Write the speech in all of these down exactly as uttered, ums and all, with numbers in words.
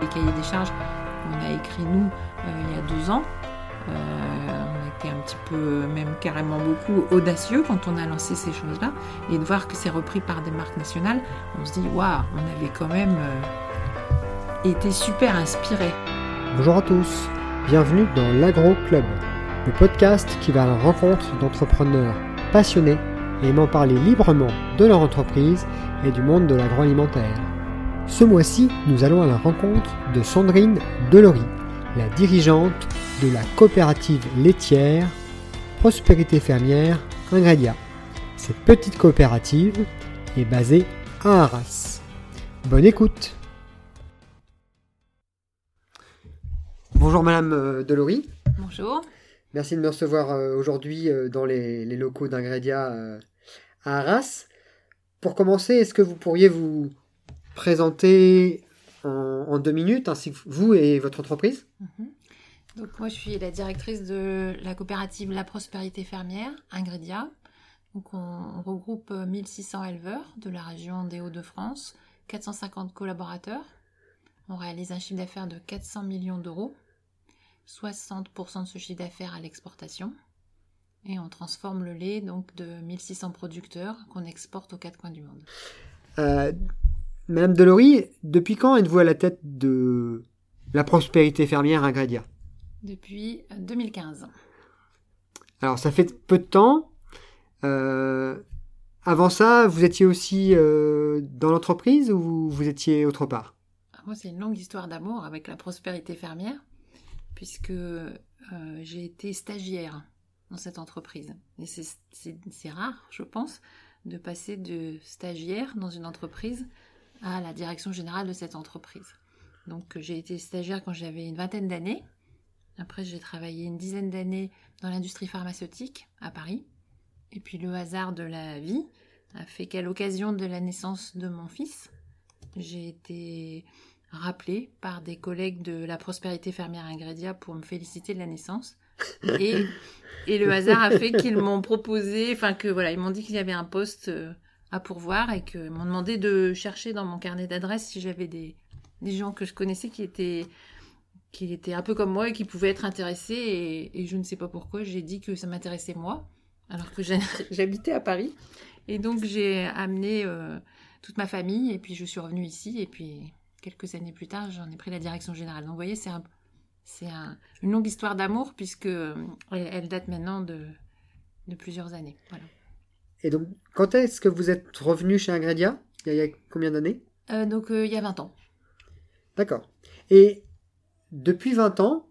cahiers des charges qu'on a écrits nous euh, il y a deux ans. Euh, on a été un petit peu, même carrément beaucoup audacieux quand on a lancé ces choses-là, et de voir que c'est repris par des marques nationales, on se dit waouh, on avait quand même euh, été super inspirés. Bonjour à tous, bienvenue dans l'Agro Club, le podcast qui va à la rencontre d'entrepreneurs passionnés et aimant parler librement de leur entreprise et du monde de l'agroalimentaire. Ce mois-ci, nous allons à la rencontre de Sandrine Delory, la dirigeante de la coopérative laitière Prospérité Fermière Ingredia. Cette petite coopérative est basée à Arras. Bonne écoute. Bonjour Madame Delory. Bonjour. Merci de me recevoir aujourd'hui dans les, les locaux d'Ingredia à Arras. Pour commencer, est-ce que vous pourriez vous présenter en, en deux minutes, ainsi que vous et votre entreprise ? Mm-hmm. Donc moi, je suis la directrice de la coopérative La Prospérité Fermière Ingredia. Donc on, on regroupe mille six cents éleveurs de la région des Hauts-de-France, quatre cent cinquante collaborateurs. On réalise un chiffre d'affaires de quatre cents millions d'euros, soixante pour cent de ce chiffre d'affaires à l'exportation. Et on transforme le lait donc de mille six cents producteurs qu'on exporte aux quatre coins du monde. Euh, Madame Delory, depuis quand êtes-vous à la tête de la Prospérité Fermière Ingredia ? Depuis deux mille quinze. Alors ça fait peu de temps. Euh, avant ça, vous étiez aussi euh, dans l'entreprise ou vous, vous étiez autre part ? Moi, c'est une longue histoire d'amour avec la Prospérité Fermière, puisque euh, j'ai été stagiaire dans cette entreprise. Et c'est, c'est, c'est rare, je pense, de passer de stagiaire dans une entreprise à la direction générale de cette entreprise. Donc j'ai été stagiaire quand j'avais une vingtaine d'années. Après, j'ai travaillé une dizaine d'années dans l'industrie pharmaceutique à Paris. Et puis le hasard de la vie a fait qu'à l'occasion de la naissance de mon fils, j'ai été rappelée par des collègues de la Prospérité Fermière Ingredia pour me féliciter de la naissance. Et, et le hasard a fait qu'ils m'ont proposé, enfin que voilà, ils m'ont dit qu'il y avait un poste à pourvoir et qu'ils m'ont demandé de chercher dans mon carnet d'adresses si j'avais des, des gens que je connaissais qui étaient, qui étaient un peu comme moi et qui pouvaient être intéressés. Et, et je ne sais pas pourquoi, j'ai dit que ça m'intéressait moi, alors que j'habitais à Paris. Et donc j'ai amené euh, toute ma famille et puis je suis revenue ici. Et puis quelques années plus tard, j'en ai pris la direction générale. Donc vous voyez, c'est un C'est un, une longue histoire d'amour puisque euh, elle, elle date maintenant de, de plusieurs années. Voilà. Et donc, quand est-ce que vous êtes revenu chez Ingredia ? il, y a, il y a combien d'années ? euh, Donc, euh, il y a vingt ans. D'accord. Et depuis vingt ans,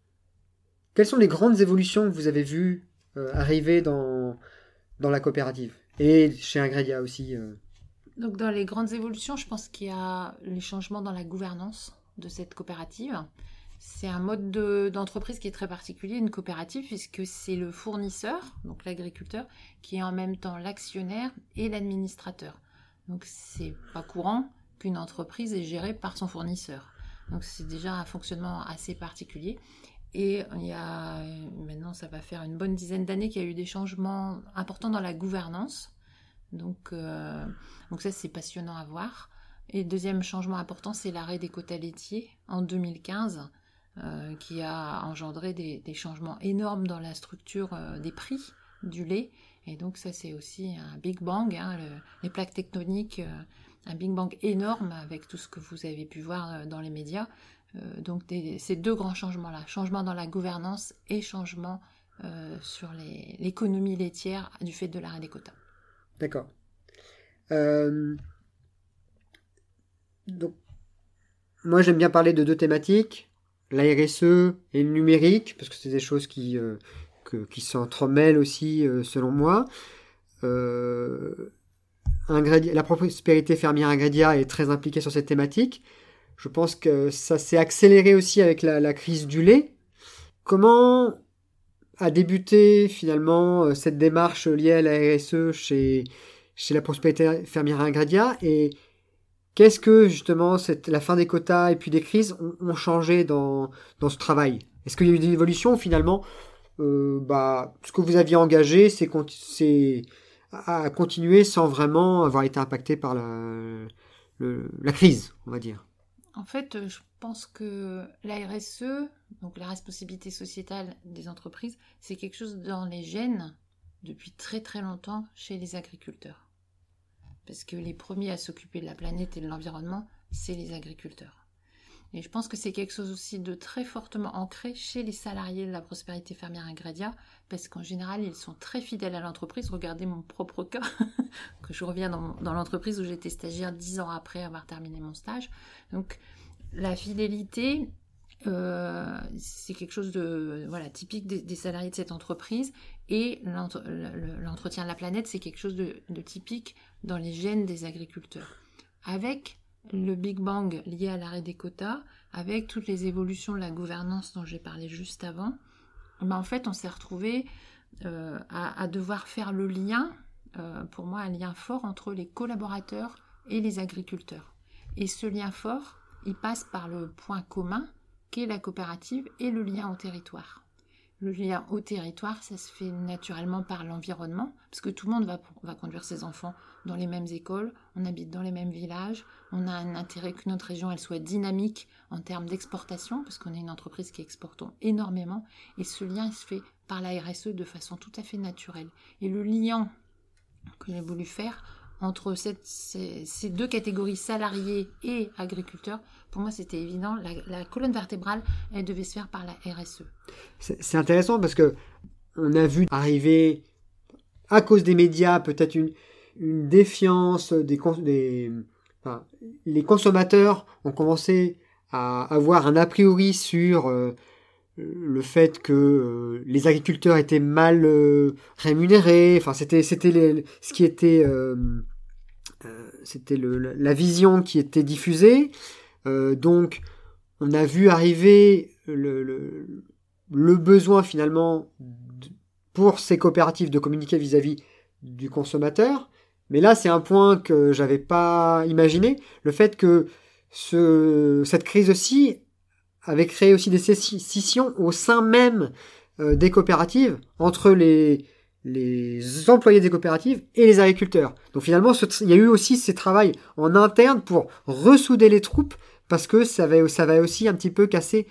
quelles sont les grandes évolutions que vous avez vues euh, arriver dans, dans la coopérative ? Et chez Ingredia aussi euh... Donc, dans les grandes évolutions, je pense qu'il y a les changements dans la gouvernance de cette coopérative. C'est un mode de, d'entreprise qui est très particulier, une coopérative, puisque c'est le fournisseur, donc l'agriculteur, qui est en même temps l'actionnaire et l'administrateur. Donc c'est pas courant qu'une entreprise est gérée par son fournisseur. Donc c'est déjà un fonctionnement assez particulier. Et il y a, maintenant ça va faire une bonne dizaine d'années qu'il y a eu des changements importants dans la gouvernance. Donc, euh, donc ça c'est passionnant à voir. Et le deuxième changement important, c'est l'arrêt des quotas laitiers en deux mille quinze. Euh, qui a engendré des, des changements énormes dans la structure euh, des prix du lait. Et donc ça, c'est aussi un Big Bang, hein, le, les plaques tectoniques, euh, un Big Bang énorme avec tout ce que vous avez pu voir euh, dans les médias. Euh, donc des, ces deux grands changements-là, changement dans la gouvernance et changement euh, sur les, l'économie laitière du fait de l'arrêt des quotas. D'accord. Euh, donc, moi, j'aime bien parler de deux thématiques. La R S E et le numérique, parce que c'est des choses qui, euh, que, qui s'entremêlent aussi, euh, selon moi. Euh, Ingredia, la Prospérité Fermière Ingredia est très impliquée sur cette thématique. Je pense que ça s'est accéléré aussi avec la, la crise du lait. Comment a débuté finalement cette démarche liée à la R S E chez, chez la Prospérité Fermière Ingredia et qu'est-ce que, justement, cette, la fin des quotas et puis des crises ont, ont changé dans, dans ce travail ? Est-ce qu'il y a eu des évolutions, finalement ? euh, bah, Ce que vous aviez engagé, c'est, c'est à continuer sans vraiment avoir été impacté par la, le, la crise, on va dire. En fait, je pense que la R S E, donc la responsabilité sociétale des entreprises, c'est quelque chose dans les gènes depuis très très longtemps chez les agriculteurs. Parce que les premiers à s'occuper de la planète et de l'environnement, c'est les agriculteurs. Et je pense que c'est quelque chose aussi de très fortement ancré chez les salariés de la prospérité fermière Ingredia, parce qu'en général, ils sont très fidèles à l'entreprise. Regardez mon propre cas, que je reviens dans, dans l'entreprise où j'étais stagiaire dix ans après avoir terminé mon stage. Donc, la fidélité, euh, c'est quelque chose de voilà, typique des, des salariés de cette entreprise. Et l'entre, l'entretien de la planète, c'est quelque chose de, de typique dans les gènes des agriculteurs. Avec le Big Bang lié à l'arrêt des quotas, avec toutes les évolutions de la gouvernance dont j'ai parlé juste avant, ben en fait, on s'est retrouvé euh, à, à devoir faire le lien, euh, pour moi, un lien fort entre les collaborateurs et les agriculteurs. Et ce lien fort, il passe par le point commun, qui est la coopérative et le lien au territoire. Le lien au territoire, ça se fait naturellement par l'environnement, parce que tout le monde va, va conduire ses enfants dans les mêmes écoles, on habite dans les mêmes villages, on a un intérêt que notre région elle soit dynamique en termes d'exportation, parce qu'on est une entreprise qui exporte énormément, et ce lien il se fait par la R S E de façon tout à fait naturelle. Et le lien que j'ai voulu faire entre cette, ces, ces deux catégories, salariés et agriculteurs, pour moi c'était évident, la, la colonne vertébrale, elle devait se faire par la R S E. C'est, c'est intéressant parce que on a vu arriver, à cause des médias, peut-être une, une défiance, des, des, enfin, les consommateurs ont commencé à avoir un a priori sur euh, le fait que euh, les agriculteurs étaient mal euh, rémunérés, enfin c'était c'était les, ce qui était euh, euh, c'était le, la vision qui était diffusée, euh, donc on a vu arriver le, le, le besoin finalement de, pour ces coopératives de communiquer vis-à-vis du consommateur, mais là c'est un point que j'avais pas imaginé, le fait que ce, cette crise aussi avait créé aussi des scissions au sein même euh, des coopératives, entre les, les employés des coopératives et les agriculteurs. Donc finalement, ce, il y a eu aussi ces travaux en interne pour ressouder les troupes, parce que ça va, ça va aussi un petit peu casser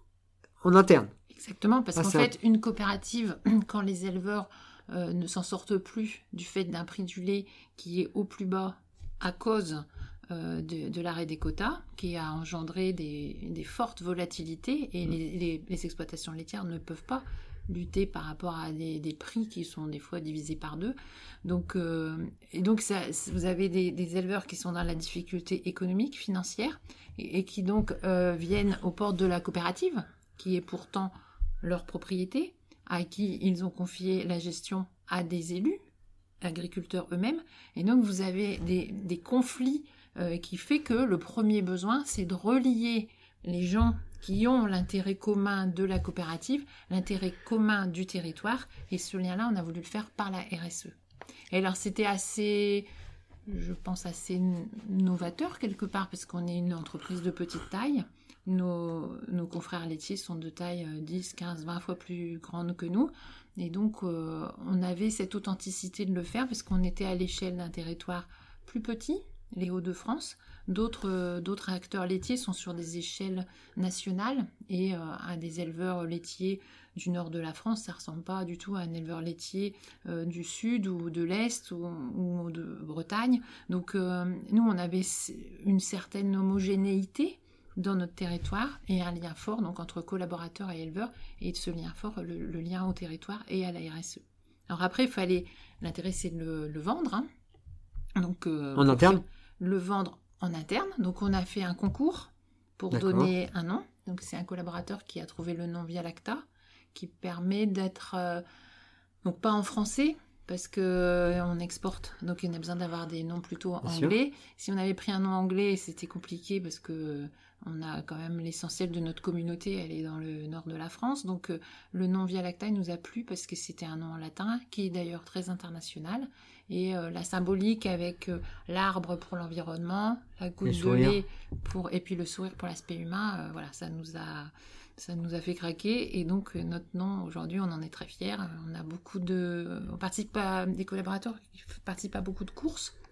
en interne. Exactement, parce ah, qu'en fait, un... une coopérative, quand les éleveurs euh, ne s'en sortent plus du fait d'un prix du lait qui est au plus bas à cause Euh, de, de l'arrêt des quotas, qui a engendré des, des fortes volatilités, et les, les, les exploitations laitières ne peuvent pas lutter par rapport à des, des prix qui sont des fois divisés par deux. Donc, euh, et donc ça, vous avez des, des éleveurs qui sont dans la difficulté économique, financière, et, et qui donc euh, viennent aux portes de la coopérative, qui est pourtant leur propriété, à qui ils ont confié la gestion à des élus, agriculteurs eux-mêmes, et donc vous avez des, des conflits Euh, qui fait que le premier besoin, c'est de relier les gens qui ont l'intérêt commun de la coopérative, l'intérêt commun du territoire, et ce lien-là, on a voulu le faire par la R S E. Et alors, c'était assez, je pense, assez novateur quelque part, parce qu'on est une entreprise de petite taille. Nos, nos confrères laitiers sont de taille dix, quinze, vingt fois plus grandes que nous, et donc euh, on avait cette authenticité de le faire, parce qu'on était à l'échelle d'un territoire plus petit, les Hauts-de-France. D'autres, euh, d'autres acteurs laitiers sont sur des échelles nationales, et euh, à des éleveurs laitiers du nord de la France, ça ne ressemble pas du tout à un éleveur laitier euh, du sud ou de l'est ou, ou de Bretagne. Donc euh, nous, on avait une certaine homogénéité dans notre territoire, et un lien fort donc, entre collaborateurs et éleveurs, et de ce lien fort, le, le lien au territoire et à la R S E. Alors après, il fallait, l'intérêt c'est de le, le vendre, hein. Donc, euh, en interne le vendre en interne. Donc on a fait un concours pour D'accord. donner un nom. Donc c'est un collaborateur qui a trouvé le nom Via Lacta, qui permet d'être euh, donc pas en français, parce que euh, on exporte, donc il y a besoin d'avoir des noms plutôt Bien anglais. Sûr. Si on avait pris un nom anglais, c'était compliqué, parce que euh, on a quand même l'essentiel de notre communauté, elle est dans le nord de la France. Donc euh, le nom Via Lacta nous a plu, parce que c'était un nom en latin, qui est d'ailleurs très international. Et euh, la symbolique avec euh, l'arbre pour l'environnement, la goutte de lait pour, et puis le sourire pour l'aspect humain, euh, voilà, ça nous a ça nous a fait craquer. Et donc euh, notre nom aujourd'hui, on en est très fiers. On a beaucoup de, on participe à des collaborateurs qui participent à beaucoup de courses.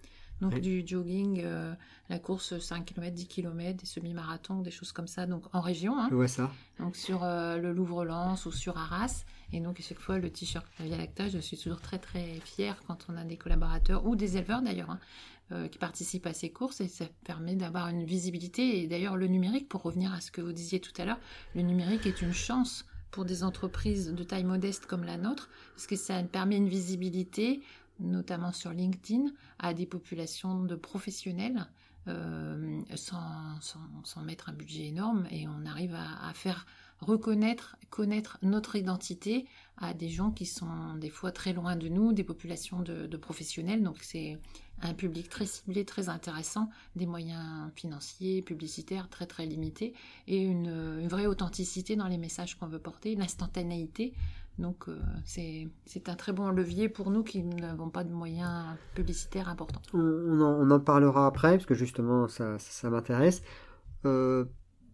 Donc Oui. du jogging, euh, la course cinq kilomètres, dix kilomètres, des semi-marathons, des choses comme ça, donc en région, hein. Je vois ça. Donc sur euh, le Louvre-Lens ou sur Arras. Et donc à chaque fois, le t-shirt Via Lacta, je suis toujours très très fière quand on a des collaborateurs ou des éleveurs d'ailleurs, hein, euh, qui participent à ces courses, et ça permet d'avoir une visibilité. Et d'ailleurs, le numérique, pour revenir à ce que vous disiez tout à l'heure, le numérique est une chance pour des entreprises de taille modeste comme la nôtre, parce que ça permet une visibilité, notamment sur LinkedIn, à des populations de professionnels, euh, sans, sans, sans mettre un budget énorme, et on arrive à, à faire reconnaître, connaître notre identité à des gens qui sont des fois très loin de nous, des populations de, de professionnels. Donc c'est un public très ciblé, très intéressant, des moyens financiers, publicitaires très très limités, et une, une vraie authenticité dans les messages qu'on veut porter, l'instantanéité. Donc euh, c'est, c'est un très bon levier pour nous qui n'avons pas de moyens publicitaires importants. On, on en, on en parlera après, parce que justement, ça, ça, ça m'intéresse. Euh,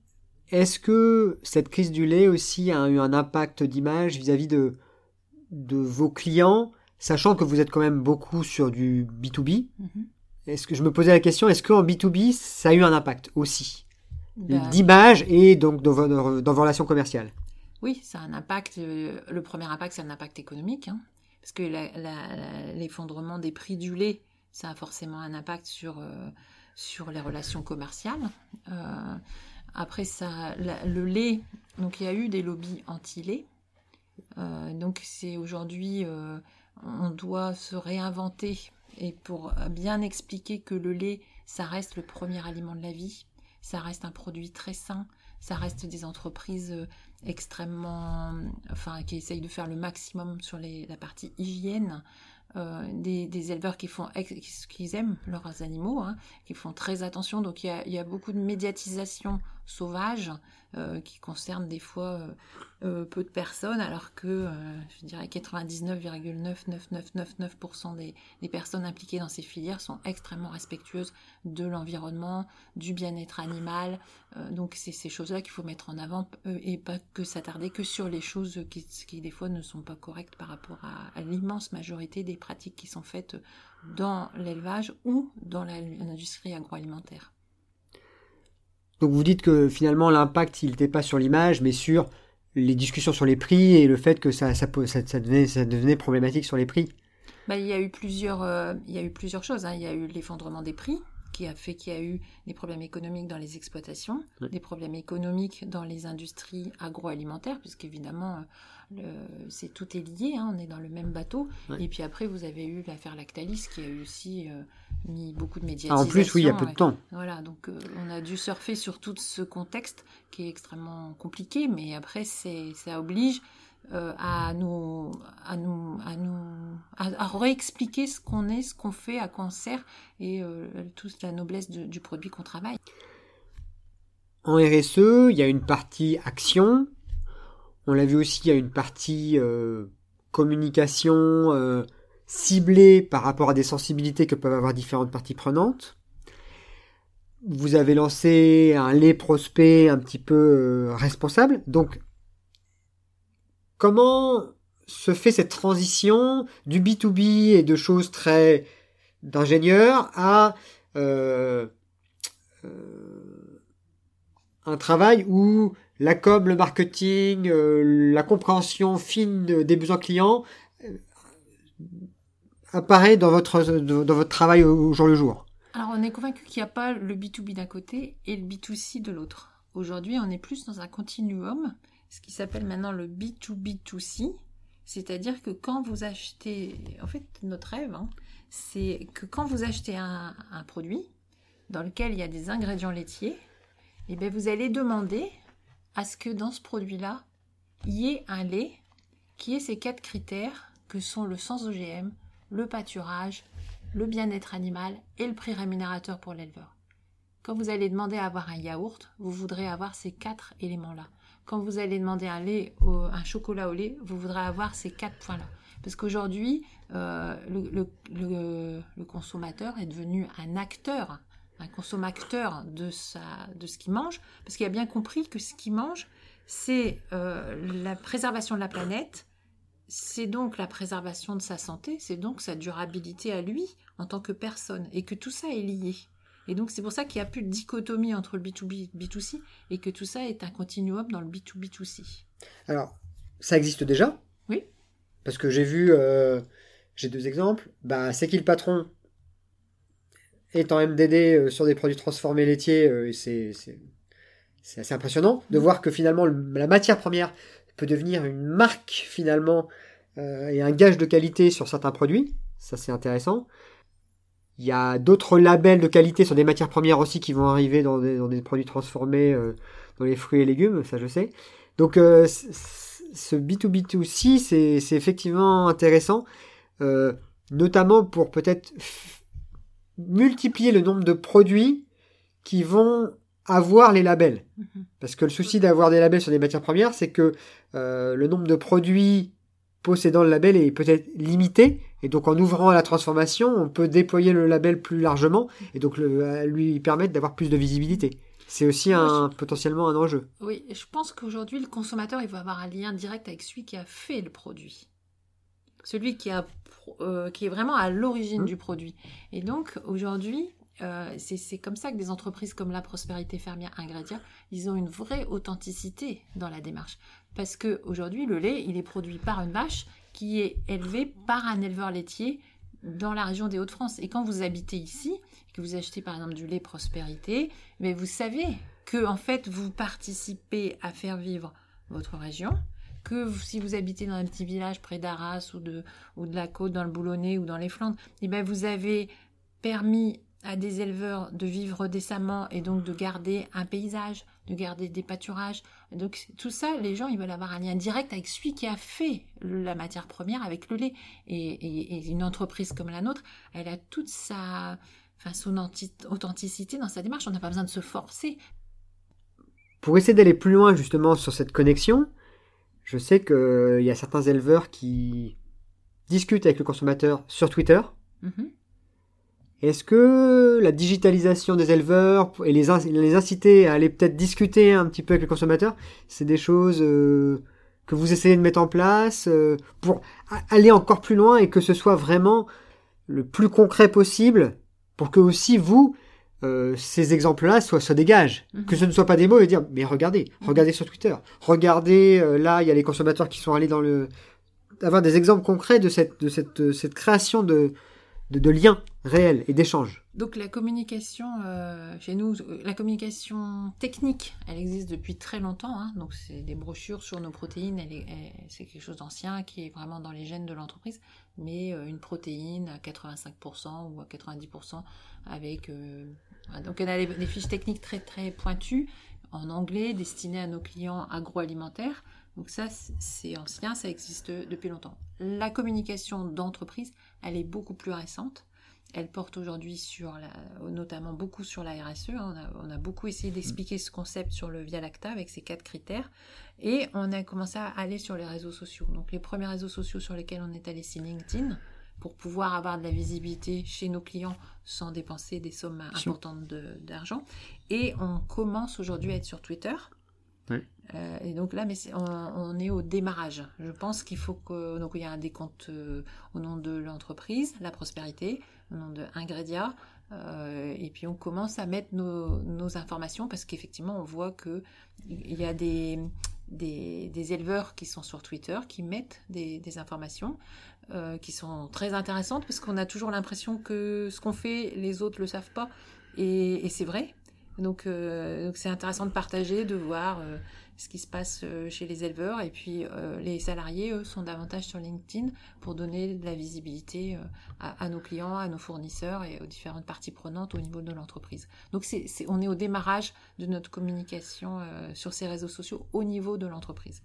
est-ce que cette crise du lait aussi a eu un impact d'image vis-à-vis de, de vos clients, sachant que vous êtes quand même beaucoup sur du B deux B? Mm-hmm. Est-ce que je me posais la question, est-ce qu'en B deux B, ça a eu un impact aussi, bah, d'image et donc dans vos, dans vos relations commerciales? Oui, ça a un impact. Euh, le premier impact, c'est un impact économique, hein, parce que la, la, la, l'effondrement des prix du lait, ça a forcément un impact sur, euh, sur les relations commerciales. Euh, après, ça, la, le lait, donc il y a eu des lobbies anti-lait. Euh, donc c'est aujourd'hui, euh, on doit se réinventer, et pour bien expliquer que le lait, ça reste le premier aliment de la vie, ça reste un produit très sain, ça reste des entreprises extrêmement, enfin, qui essayent de faire le maximum sur les, la partie hygiène, euh, des, des éleveurs qui font, qui aiment leurs animaux, hein, qui font très attention. Donc il y a, il y a beaucoup de médiatisation sauvage euh, qui concerne des fois euh, euh, peu de personnes, alors que euh, je dirais quatre-vingt-dix-neuf virgule neuf neuf neuf neuf neuf pour cent des, des personnes impliquées dans ces filières sont extrêmement respectueuses de l'environnement, du bien-être animal. Euh, donc c'est ces choses-là qu'il faut mettre en avant, euh, et pas que s'attarder que sur les choses qui, qui des fois ne sont pas correctes par rapport à, à l'immense majorité des pratiques qui sont faites dans l'élevage ou dans la, l'industrie agroalimentaire. Donc vous dites que finalement l'impact il n'était pas sur l'image mais sur les discussions sur les prix et le fait que ça, ça, ça, ça, devenait, ça devenait problématique sur les prix. Bah, il y a eu plusieurs, euh, il y a eu plusieurs choses, hein. Il y a eu l'effondrement des prix qui a fait qu'il y a eu des problèmes économiques dans les exploitations, oui. Des problèmes économiques dans les industries agroalimentaires, puisqu'évidemment, le, c'est, tout est lié, hein, on est dans le même bateau. Oui. Et puis après, vous avez eu l'affaire Lactalis qui a eu aussi euh, mis beaucoup de médiatisation. Ah, en plus, oui, il y a peu de temps. Voilà, donc euh, on a dû surfer sur tout ce contexte qui est extrêmement compliqué, mais après, c'est, ça oblige Euh, à nous, à nous, à nous, à, à réexpliquer ce qu'on est, ce qu'on fait, à quoi on sert, et euh, toute la noblesse de, du produit qu'on travaille. En R S E, il y a une partie action. On l'a vu aussi, il y a une partie euh, communication euh, ciblée par rapport à des sensibilités que peuvent avoir différentes parties prenantes. Vous avez lancé un lait prospect un petit peu euh, responsable. Donc, comment se fait cette transition du B deux B et de choses très d'ingénieurs à euh, euh, un travail où la com, le marketing, euh, la compréhension fine des besoins clients euh, apparaît dans votre, dans votre travail au, au jour le jour? Alors on est convaincu qu'il n'y a pas le B deux B d'un côté et le B deux C de l'autre. Aujourd'hui, on est plus dans un continuum, ce qui s'appelle maintenant le B deux B deux C, c'est-à-dire que quand vous achetez, en fait notre rêve, hein, c'est que quand vous achetez un, un produit dans lequel il y a des ingrédients laitiers, et bien vous allez demander à ce que dans ce produit-là, il y ait un lait qui ait ces quatre critères que sont le sans O G M, le pâturage, le bien-être animal et le prix rémunérateur pour l'éleveur. Quand vous allez demander à avoir un yaourt, vous voudrez avoir ces quatre éléments-là. Quand vous allez demander un lait, au, un chocolat au lait, vous voudrez avoir ces quatre points-là. Parce qu'aujourd'hui, euh, le, le, le, le consommateur est devenu un acteur, un consommateur de, sa, de ce qu'il mange, parce qu'il a bien compris que ce qu'il mange, c'est euh, la préservation de la planète, c'est donc la préservation de sa santé, c'est donc sa durabilité à lui en tant que personne, et que tout ça est lié. Et donc c'est pour ça qu'il n'y a plus de dichotomie entre le B deux B et le B deux C, et que tout ça est un continuum dans le B deux B deux C. Alors, ça existe déjà. Oui. Parce que j'ai vu, euh, j'ai deux exemples. Bah, c'est qui le patron est en M D D euh, sur des produits transformés laitiers, euh, et c'est, c'est, c'est assez impressionnant de voir que finalement le- la matière première peut devenir une marque finalement euh, et un gage de qualité sur certains produits. Ça, c'est intéressant. Il y a d'autres labels de qualité sur des matières premières aussi qui vont arriver dans des, dans des produits transformés, euh, dans les fruits et légumes, ça je sais. Donc euh, c- c- ce B deux B deux C, c'est, c'est effectivement intéressant, euh, notamment pour peut-être f- multiplier le nombre de produits qui vont avoir les labels. Mhm. Parce que le souci d'avoir des labels sur des matières premières, c'est que euh, le nombre de produits possédant le label est peut-être limité, et donc en ouvrant à la transformation, on peut déployer le label plus largement, et donc le, à lui permettre d'avoir plus de visibilité. C'est aussi un, potentiellement un enjeu. Oui, je pense qu'aujourd'hui, le consommateur, il va avoir un lien direct avec celui qui a fait le produit. Celui qui, a, euh, qui est vraiment à l'origine Mmh. du produit. Et donc, aujourd'hui, euh, c'est, c'est comme ça que des entreprises comme la Prospérité Fermière, Ingrédia, ils ont une vraie authenticité dans la démarche. Parce qu'aujourd'hui, le lait, il est produit par une vache qui est élevée par un éleveur laitier dans la région des Hauts-de-France. Et quand vous habitez ici, que vous achetez par exemple du lait Prospérité, mais vous savez que en fait, vous participez à faire vivre votre région, que vous, si vous habitez dans un petit village près d'Arras ou de, ou de la Côte, dans le Boulonnais ou dans les Flandres, eh ben vous avez permis à des éleveurs de vivre décemment et donc de garder un paysage, de garder des pâturages. Donc tout ça, les gens, ils veulent avoir un lien direct avec celui qui a fait la matière première, avec le lait. Et, et, et une entreprise comme la nôtre, elle a toute sa, enfin, son anti- authenticité dans sa démarche. On n'a pas besoin de se forcer. Pour essayer d'aller plus loin justement sur cette connexion, je sais qu'il y a certains éleveurs qui discutent avec le consommateur sur Twitter. Mm-hmm. Est-ce que la digitalisation des éleveurs et les, in- les inciter à aller peut-être discuter un petit peu avec les consommateurs, c'est des choses euh, que vous essayez de mettre en place euh, pour a- aller encore plus loin et que ce soit vraiment le plus concret possible pour que aussi vous, euh, ces exemples-là soient, soient des gages, Mhm. que ce ne soit pas des mots et dire mais regardez, Mhm. regardez sur Twitter, regardez euh, là il y a les consommateurs qui sont allés dans le, avoir des exemples concrets de cette de cette de cette création de de, de liens réels et d'échanges. Donc la communication euh, chez nous, la communication technique, elle existe depuis très longtemps. Hein. Donc c'est des brochures sur nos protéines, elle est, elle, c'est quelque chose d'ancien qui est vraiment dans les gènes de l'entreprise. Mais euh, une protéine à quatre-vingt-cinq pour cent ou à quatre-vingt-dix pour cent avec... Euh, donc on a des, des fiches techniques très très pointues en anglais destinées à nos clients agroalimentaires. Donc ça, c'est ancien, ça existe depuis longtemps. La communication d'entreprise, elle est beaucoup plus récente. Elle porte aujourd'hui sur, la, notamment beaucoup sur la R S E. On a, on a beaucoup essayé d'expliquer ce concept sur le Via Lacta avec ces quatre critères. Et on a commencé à aller sur les réseaux sociaux. Donc les premiers réseaux sociaux sur lesquels on est allé, c'est LinkedIn, pour pouvoir avoir de la visibilité chez nos clients sans dépenser des sommes importantes de, d'argent. Et on commence aujourd'hui à être sur Twitter. Ouais. Euh, et donc là, mais c'est, on, on est au démarrage. Je pense qu'il faut que donc il y a un décompte euh, au nom de l'entreprise, la prospérité, au nom de Ingrédia, euh, et puis on commence à mettre nos, nos informations parce qu'effectivement on voit que il y a des, des, des éleveurs qui sont sur Twitter qui mettent des, des informations euh, qui sont très intéressantes parce qu'on a toujours l'impression que ce qu'on fait les autres le savent pas et, et c'est vrai. Donc, euh, donc c'est intéressant de partager, de voir euh, ce qui se passe euh, chez les éleveurs. Et puis euh, les salariés, eux, sont davantage sur LinkedIn pour donner de la visibilité euh, à, à nos clients, à nos fournisseurs et aux différentes parties prenantes au niveau de l'entreprise. Donc c'est, c'est, on est au démarrage de notre communication euh, sur ces réseaux sociaux au niveau de l'entreprise.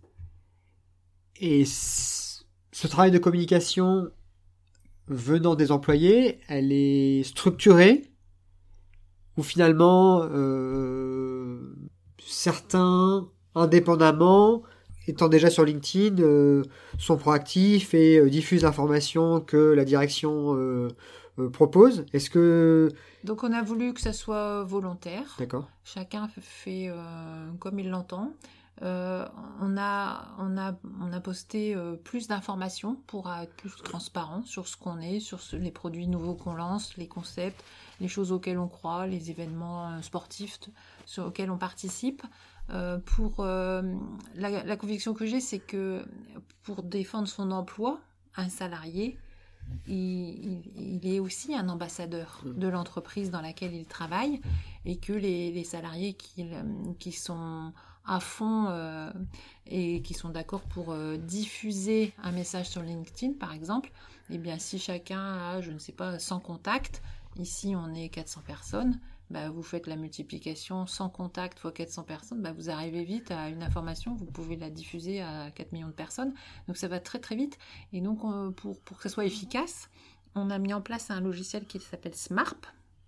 Et c- ce travail de communication venant des employés, elle est structurée ou finalement euh, certains, indépendamment, étant déjà sur LinkedIn, euh, sont proactifs et euh, diffusent l'information que la direction euh, euh, propose. Est-ce que... Donc on a voulu que ça soit volontaire. D'accord. Chacun fait euh, comme il l'entend. Euh, on, a, on, a, on a posté euh, plus d'informations pour être plus transparent sur ce qu'on est, sur ce, les produits nouveaux qu'on lance, les concepts, les choses auxquelles on croit, les événements euh, sportifs t- sur lesquels on participe. Euh, pour euh, la, la conviction que j'ai, c'est que pour défendre son emploi, un salarié, il, il, il est aussi un ambassadeur de l'entreprise dans laquelle il travaille, et que les, les salariés qui, qui sont à fond euh, et qui sont d'accord pour euh, diffuser un message sur LinkedIn, par exemple, eh bien, si chacun a, je ne sais pas, cent contacts, ici on est quatre cents personnes, bah, vous faites la multiplication cent contacts fois quatre cents personnes, bah, vous arrivez vite à une information, vous pouvez la diffuser à quatre millions de personnes, donc ça va très très vite. Et donc on, pour, pour que ça soit efficace, on a mis en place un logiciel qui s'appelle SMARP.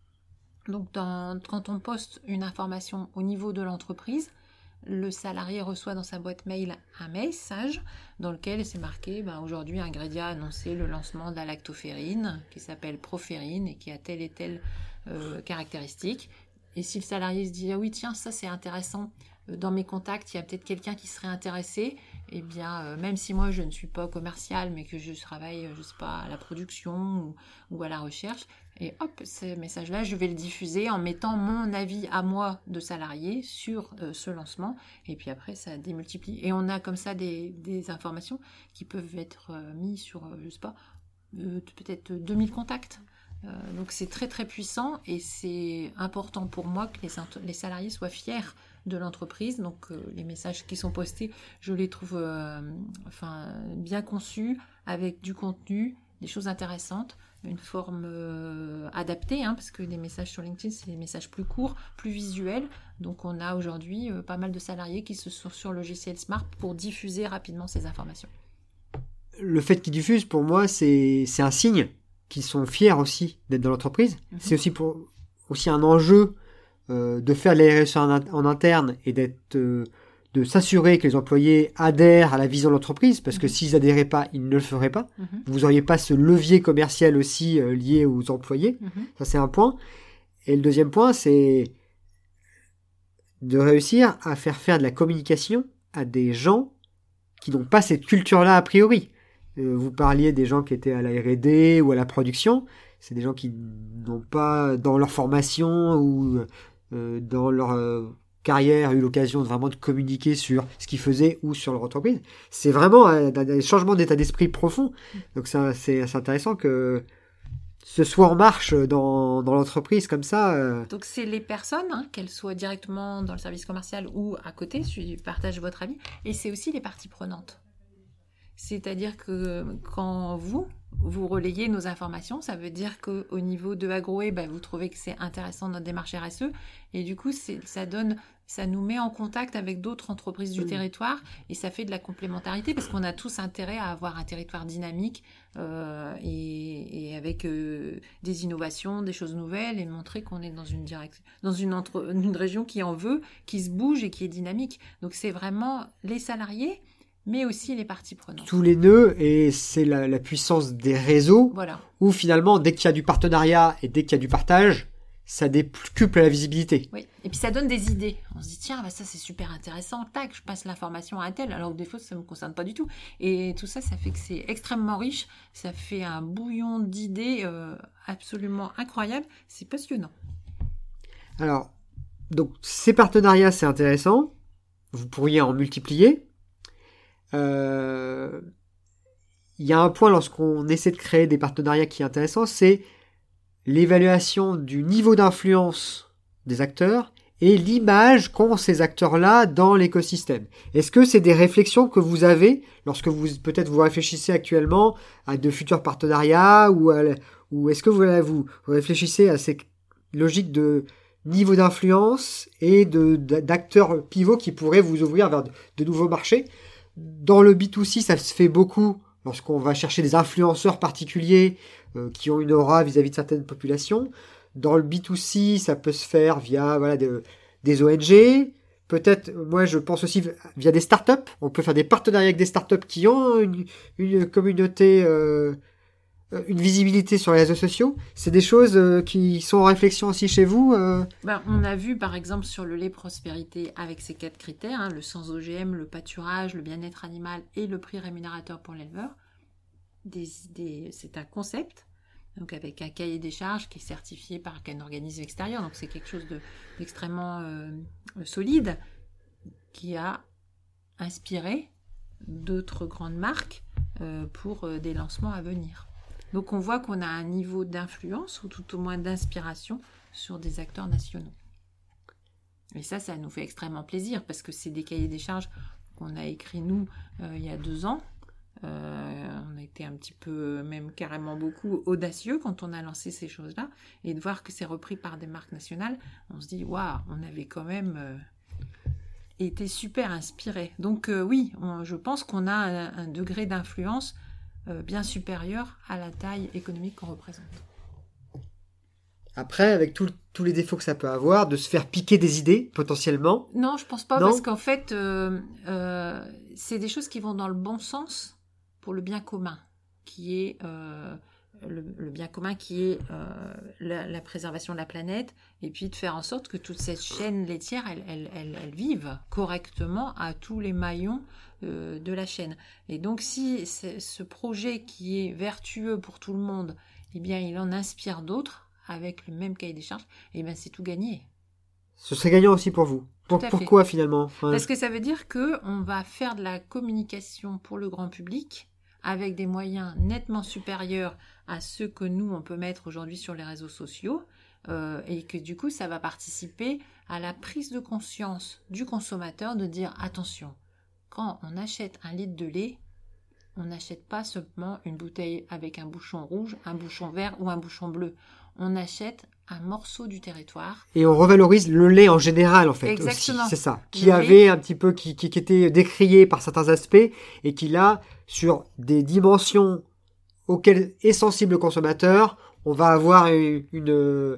Donc dans, quand on poste une information au niveau de l'entreprise, le salarié reçoit dans sa boîte mail un message dans lequel c'est marqué ben, aujourd'hui Ingredia a annoncé le lancement de la lactoferrine qui s'appelle Proferrine et qui a telle et telle euh, caractéristique. Et si le salarié se dit ah oui tiens ça c'est intéressant, dans mes contacts il y a peut-être quelqu'un qui serait intéressé, et eh bien euh, même si moi je ne suis pas commercial mais que je travaille je sais pas à la production ou, ou à la recherche, et hop, ce message-là, je vais le diffuser en mettant mon avis à moi de salarié sur euh, ce lancement. Et puis après, ça démultiplie. Et on a comme ça des, des informations qui peuvent être euh, mises sur, euh, je sais pas, euh, peut-être deux mille contacts. Euh, donc c'est très très puissant et c'est important pour moi que les, les salariés soient fiers de l'entreprise. Donc euh, les messages qui sont postés, je les trouve euh, enfin, bien conçus, avec du contenu, des choses intéressantes, une forme euh, adaptée, hein, parce que les messages sur LinkedIn, c'est des messages plus courts, plus visuels. Donc on a aujourd'hui euh, pas mal de salariés qui se sont sur le logiciel Smart pour diffuser rapidement ces informations. Le fait qu'ils diffusent, pour moi, c'est, c'est un signe qu'ils sont fiers aussi d'être dans l'entreprise. Mm-hmm. C'est aussi, pour, aussi un enjeu euh, de faire de la R S E en, en interne et d'être... Euh, de s'assurer que les employés adhèrent à la vision de l'entreprise, parce que mmh. s'ils n'adhéraient pas, ils ne le feraient pas. Mmh. Vous n'auriez pas ce levier commercial aussi euh, lié aux employés. Mmh. Ça, c'est un point. Et le deuxième point, c'est de réussir à faire faire de la communication à des gens qui n'ont pas cette culture-là a priori. Euh, vous parliez des gens qui étaient à la R et D ou à la production. C'est des gens qui n'ont pas, dans leur formation ou euh, dans leur... Euh, carrière, a eu l'occasion de vraiment de communiquer sur ce qu'ils faisaient ou sur leur entreprise. C'est vraiment un, un changement d'état d'esprit profond. Donc ça, c'est, c'est intéressant que ce soit en marche dans, dans l'entreprise comme ça. Euh... Donc c'est les personnes, hein, qu'elles soient directement dans le service commercial ou à côté, je partage votre avis, et c'est aussi les parties prenantes. C'est-à-dire que quand vous, vous relayez nos informations, ça veut dire qu'au niveau de Agroé, bah, vous trouvez que c'est intéressant notre démarche R S E, et du coup, c'est, ça donne, ça nous met en contact avec d'autres entreprises du mmh. territoire, et ça fait de la complémentarité, parce qu'on a tous intérêt à avoir un territoire dynamique, euh, et, et avec euh, des innovations, des choses nouvelles, et montrer qu'on est dans une direction, dans une, entre, une région qui en veut, qui se bouge et qui est dynamique. Donc c'est vraiment les salariés, mais aussi les parties prenantes. Tous les nœuds, et c'est la, la puissance des réseaux, voilà. Où finalement, dès qu'il y a du partenariat et dès qu'il y a du partage, ça décuple la visibilité. Oui, et puis ça donne des idées. On se dit, tiens, bah ça c'est super intéressant, tac, je passe l'information à un tel, alors que des fois ça ne me concerne pas du tout. Et tout ça, ça fait que c'est extrêmement riche, ça fait un bouillon d'idées euh, absolument incroyable, c'est passionnant. Alors, donc ces partenariats, c'est intéressant, vous pourriez en multiplier. Il euh, y a un point lorsqu'on essaie de créer des partenariats qui est intéressant, c'est l'évaluation du niveau d'influence des acteurs et l'image qu'ont ces acteurs-là dans l'écosystème. Est-ce que c'est des réflexions que vous avez lorsque vous peut-être vous réfléchissez actuellement à de futurs partenariats ou, à, ou est-ce que vous, vous réfléchissez à ces logiques de niveau d'influence et de, d'acteurs pivots qui pourraient vous ouvrir vers de, de nouveaux marchés? Dans le B deux C, ça se fait beaucoup lorsqu'on va chercher des influenceurs particuliers euh, qui ont une aura vis-à-vis de certaines populations. Dans le B deux C, ça peut se faire via voilà, de, des O N G. Peut-être, moi je pense aussi via des startups. On peut faire des partenariats avec des startups qui ont une, une communauté euh, euh, une visibilité sur les réseaux sociaux. C'est des choses euh, qui sont en réflexion aussi chez vous euh... ben, On a vu par exemple sur le lait prospérité avec ces quatre critères, hein, le sans O G M, le pâturage, le bien-être animal et le prix rémunérateur pour l'éleveur. Des, des, c'est un concept, donc avec un cahier des charges qui est certifié par un organisme extérieur, donc c'est quelque chose de, d'extrêmement euh, solide qui a inspiré d'autres grandes marques euh, pour euh, des lancements à venir. Donc on voit qu'on a un niveau d'influence ou tout au moins d'inspiration sur des acteurs nationaux. Et ça, ça nous fait extrêmement plaisir parce que c'est des cahiers des charges qu'on a écrits nous euh, il y a deux ans. Euh, on a été un petit peu, même carrément beaucoup audacieux quand on a lancé ces choses-là, et de voir que c'est repris par des marques nationales, on se dit waouh, on avait quand même euh, été super inspirés. Donc euh, oui, on, je pense qu'on a un, un degré d'influence euh, bien supérieur à la taille économique qu'on représente. Après, avec tout, tous les défauts que ça peut avoir, de se faire piquer des idées, potentiellement. Non, je pense pas, non parce qu'en fait, euh, euh, c'est des choses qui vont dans le bon sens pour le bien commun, qui est euh, le, le bien commun qui est euh, la, la préservation de la planète, et puis de faire en sorte que toute cette chaîne laitière, elle, elle, elle, elle vive correctement à tous les maillons euh, de la chaîne. Et donc, si ce projet qui est vertueux pour tout le monde, eh bien, il en inspire d'autres avec le même cahier des charges, eh bien, c'est tout gagné. Ce serait gagnant aussi pour vous. Pour, pourquoi fait. finalement ouais. Parce que ça veut dire qu'on va faire de la communication pour le grand public avec des moyens nettement supérieurs à ceux que nous, on peut mettre aujourd'hui sur les réseaux sociaux, euh, et que du coup, ça va participer à la prise de conscience du consommateur de dire, attention, quand on achète un litre de lait, on n'achète pas seulement une bouteille avec un bouchon rouge, un bouchon vert ou un bouchon bleu. On achète un morceau du territoire. Et on revalorise le lait en général, en fait. Exactement. Aussi, c'est ça. Qui le avait lait. un petit peu, qui, qui, qui était décrié par certains aspects et qui là, sur des dimensions auxquelles est sensible le consommateur, on va avoir une, une, euh,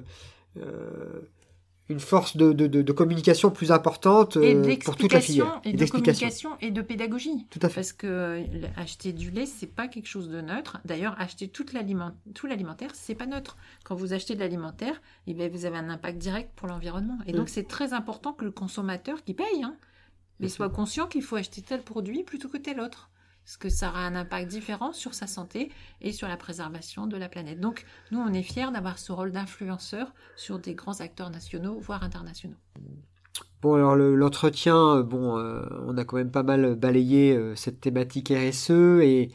une force de, de, de, de communication plus importante euh, pour toute la filière. Et, et de communication et de pédagogie. Tout à fait. Parce que euh, acheter du lait, c'est pas quelque chose de neutre. D'ailleurs, acheter toute l'aliment, tout l'alimentaire, c'est pas neutre. Quand vous achetez de l'alimentaire, eh bien, vous avez un impact direct pour l'environnement. Et mmh. donc, c'est très important que le consommateur qui paye, hein, mais soit conscient qu'il faut acheter tel produit plutôt que tel autre. Parce que ça aura un impact différent sur sa santé et sur la préservation de la planète. Donc, nous, on est fiers d'avoir ce rôle d'influenceur sur des grands acteurs nationaux, voire internationaux. Bon, alors le, l'entretien, bon, euh, on a quand même pas mal balayé euh, cette thématique R S E et,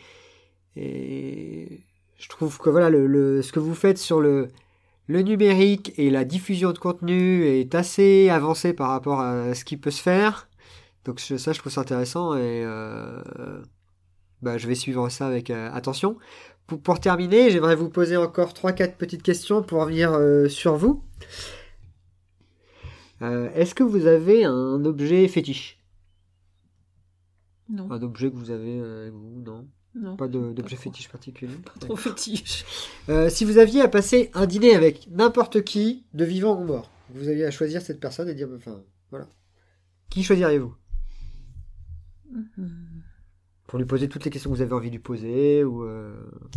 et je trouve que voilà, le, le, ce que vous faites sur le, le numérique et la diffusion de contenu est assez avancé par rapport à ce qui peut se faire. Donc ça, je trouve ça intéressant et... Euh, Bah, je vais suivre ça avec euh, attention. Pour, pour terminer, j'aimerais vous poser encore trois quatre petites questions pour revenir euh, sur vous. Euh, est-ce que vous avez un objet fétiche ? Non. Un objet que vous avez euh, vous, non ? Non. Pas de, d'objet pas fétiche particulier. Pas trop fétiche. Euh, si vous aviez à passer un dîner avec n'importe qui, de vivant ou mort, vous aviez à choisir cette personne et dire, enfin, voilà. Qui choisiriez-vous ? Mm-hmm. Pour lui poser toutes les questions que vous avez envie de lui poser ou euh...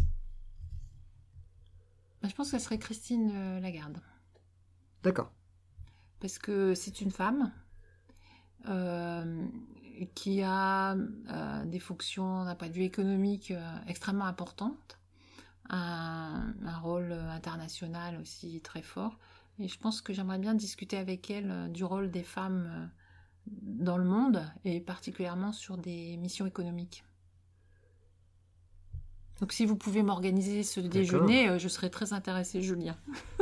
Je pense que ce serait Christine euh, Lagarde. D'accord. Parce que c'est une femme euh, qui a euh, des fonctions d'un point de vue économique euh, extrêmement importantes, un, un rôle international aussi très fort. Et je pense que j'aimerais bien discuter avec elle euh, du rôle des femmes euh, dans le monde et particulièrement sur des missions économiques. Donc si vous pouvez m'organiser ce D'accord. déjeuner, euh, je serais très intéressée, Julien.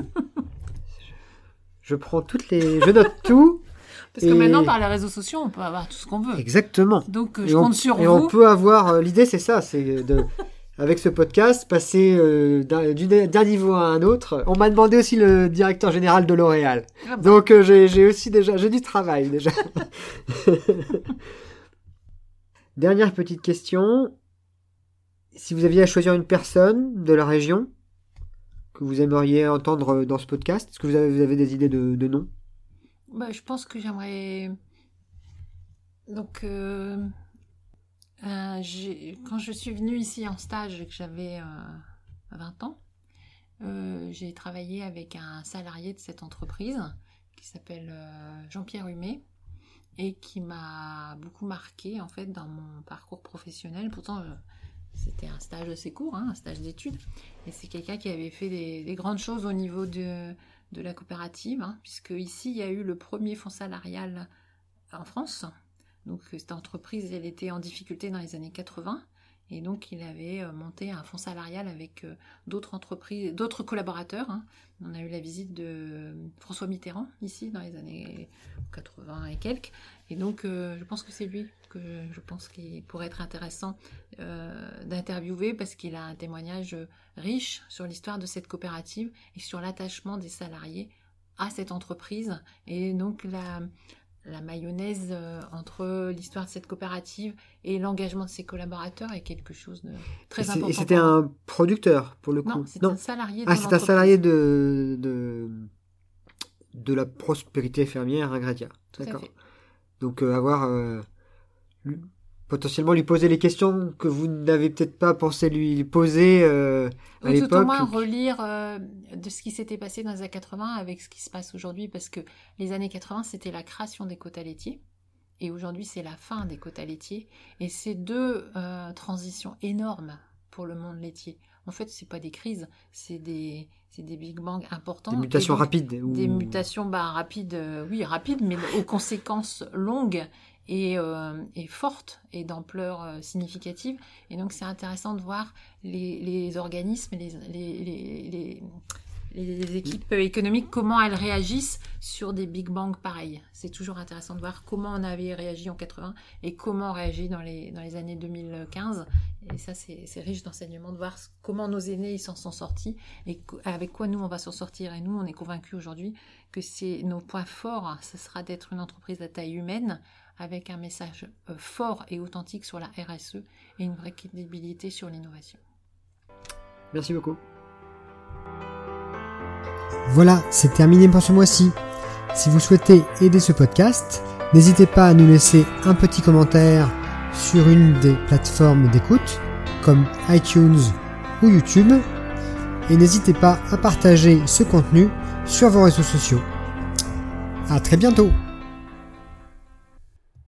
Je prends toutes les... Je note tout. Parce et... que maintenant, par les réseaux sociaux, on peut avoir tout ce qu'on veut. Exactement. Donc euh, et je on, compte sur et vous. Et on peut avoir... Euh, l'idée, c'est ça, c'est de... Avec ce podcast, passer euh, d'un, d'un niveau à un autre. On m'a demandé aussi le directeur général de L'Oréal. Ah bon. Donc euh, j'ai, j'ai aussi déjà... J'ai du travail, déjà. Dernière petite question. Si vous aviez à choisir une personne de la région que vous aimeriez entendre dans ce podcast, est-ce que vous avez, vous avez des idées de, de nom ? Bah, je pense que j'aimerais... Donc, euh... Euh, j'ai... quand je suis venue ici en stage et que j'avais euh, vingt ans. Euh, j'ai travaillé avec un salarié de cette entreprise qui s'appelle euh, Jean-Pierre Humet et qui m'a beaucoup marqué en fait dans mon parcours professionnel. Pourtant, euh, c'était un stage assez court, hein, un stage d'études. Et c'est quelqu'un qui avait fait des, des grandes choses au niveau de, de la coopérative, hein, puisque ici, il y a eu le premier fonds salarial en France. Donc, cette entreprise, elle était en difficulté dans les années quatre-vingts. Et donc, il avait monté un fonds salarial avec d'autres entreprises, d'autres collaborateurs. Hein. On a eu la visite de François Mitterrand, ici, dans les années quatre-vingts et quelques. Et donc, euh, je pense que c'est lui que je pense qu'il pourrait être intéressant euh, d'interviewer parce qu'il a un témoignage riche sur l'histoire de cette coopérative et sur l'attachement des salariés à cette entreprise. Et donc, la... la mayonnaise euh, entre l'histoire de cette coopérative et l'engagement de ses collaborateurs est quelque chose de très et important. Et c'était un producteur, pour le coup? Non, c'est un salarié de Ah, c'est un salarié de, de, de la prospérité fermière à Gradia. D'accord. Donc, euh, avoir... Euh, lui, potentiellement lui poser les questions que vous n'avez peut-être pas pensé lui poser euh, à Ou l'époque. tout au moins relire euh, de ce qui s'était passé dans les années quatre-vingts avec ce qui se passe aujourd'hui, parce que les années quatre-vingts, c'était la création des quotas laitiers, et aujourd'hui, c'est la fin des quotas laitiers, et c'est deux euh, transitions énormes pour le monde laitier. En fait, c'est pas des crises, c'est des, c'est des big bangs importants. Des mutations des, rapides. Ou... Des mutations bah, rapides, euh, oui, rapides, mais aux conséquences longues, et, euh, et forte et d'ampleur euh, significative. Et donc, c'est intéressant de voir les, les organismes, les, les, les, les, les équipes économiques, comment elles réagissent sur des big bangs pareils. C'est toujours intéressant de voir comment on avait réagi en quatre-vingts et comment on réagit dans les, dans les années deux mille quinze. Et ça, c'est, c'est riche d'enseignements de voir comment nos aînés ils s'en sont sortis et avec quoi nous, on va s'en sortir. Et nous, on est convaincus aujourd'hui que c'est nos points forts, ce sera d'être une entreprise à taille humaine, avec un message euh, fort et authentique sur la R S E et une vraie crédibilité sur l'innovation. Merci beaucoup. Voilà, c'est terminé pour ce mois-ci. Si vous souhaitez aider ce podcast, n'hésitez pas à nous laisser un petit commentaire sur une des plateformes d'écoute, comme iTunes ou YouTube, et n'hésitez pas à partager ce contenu sur vos réseaux sociaux. À très bientôt!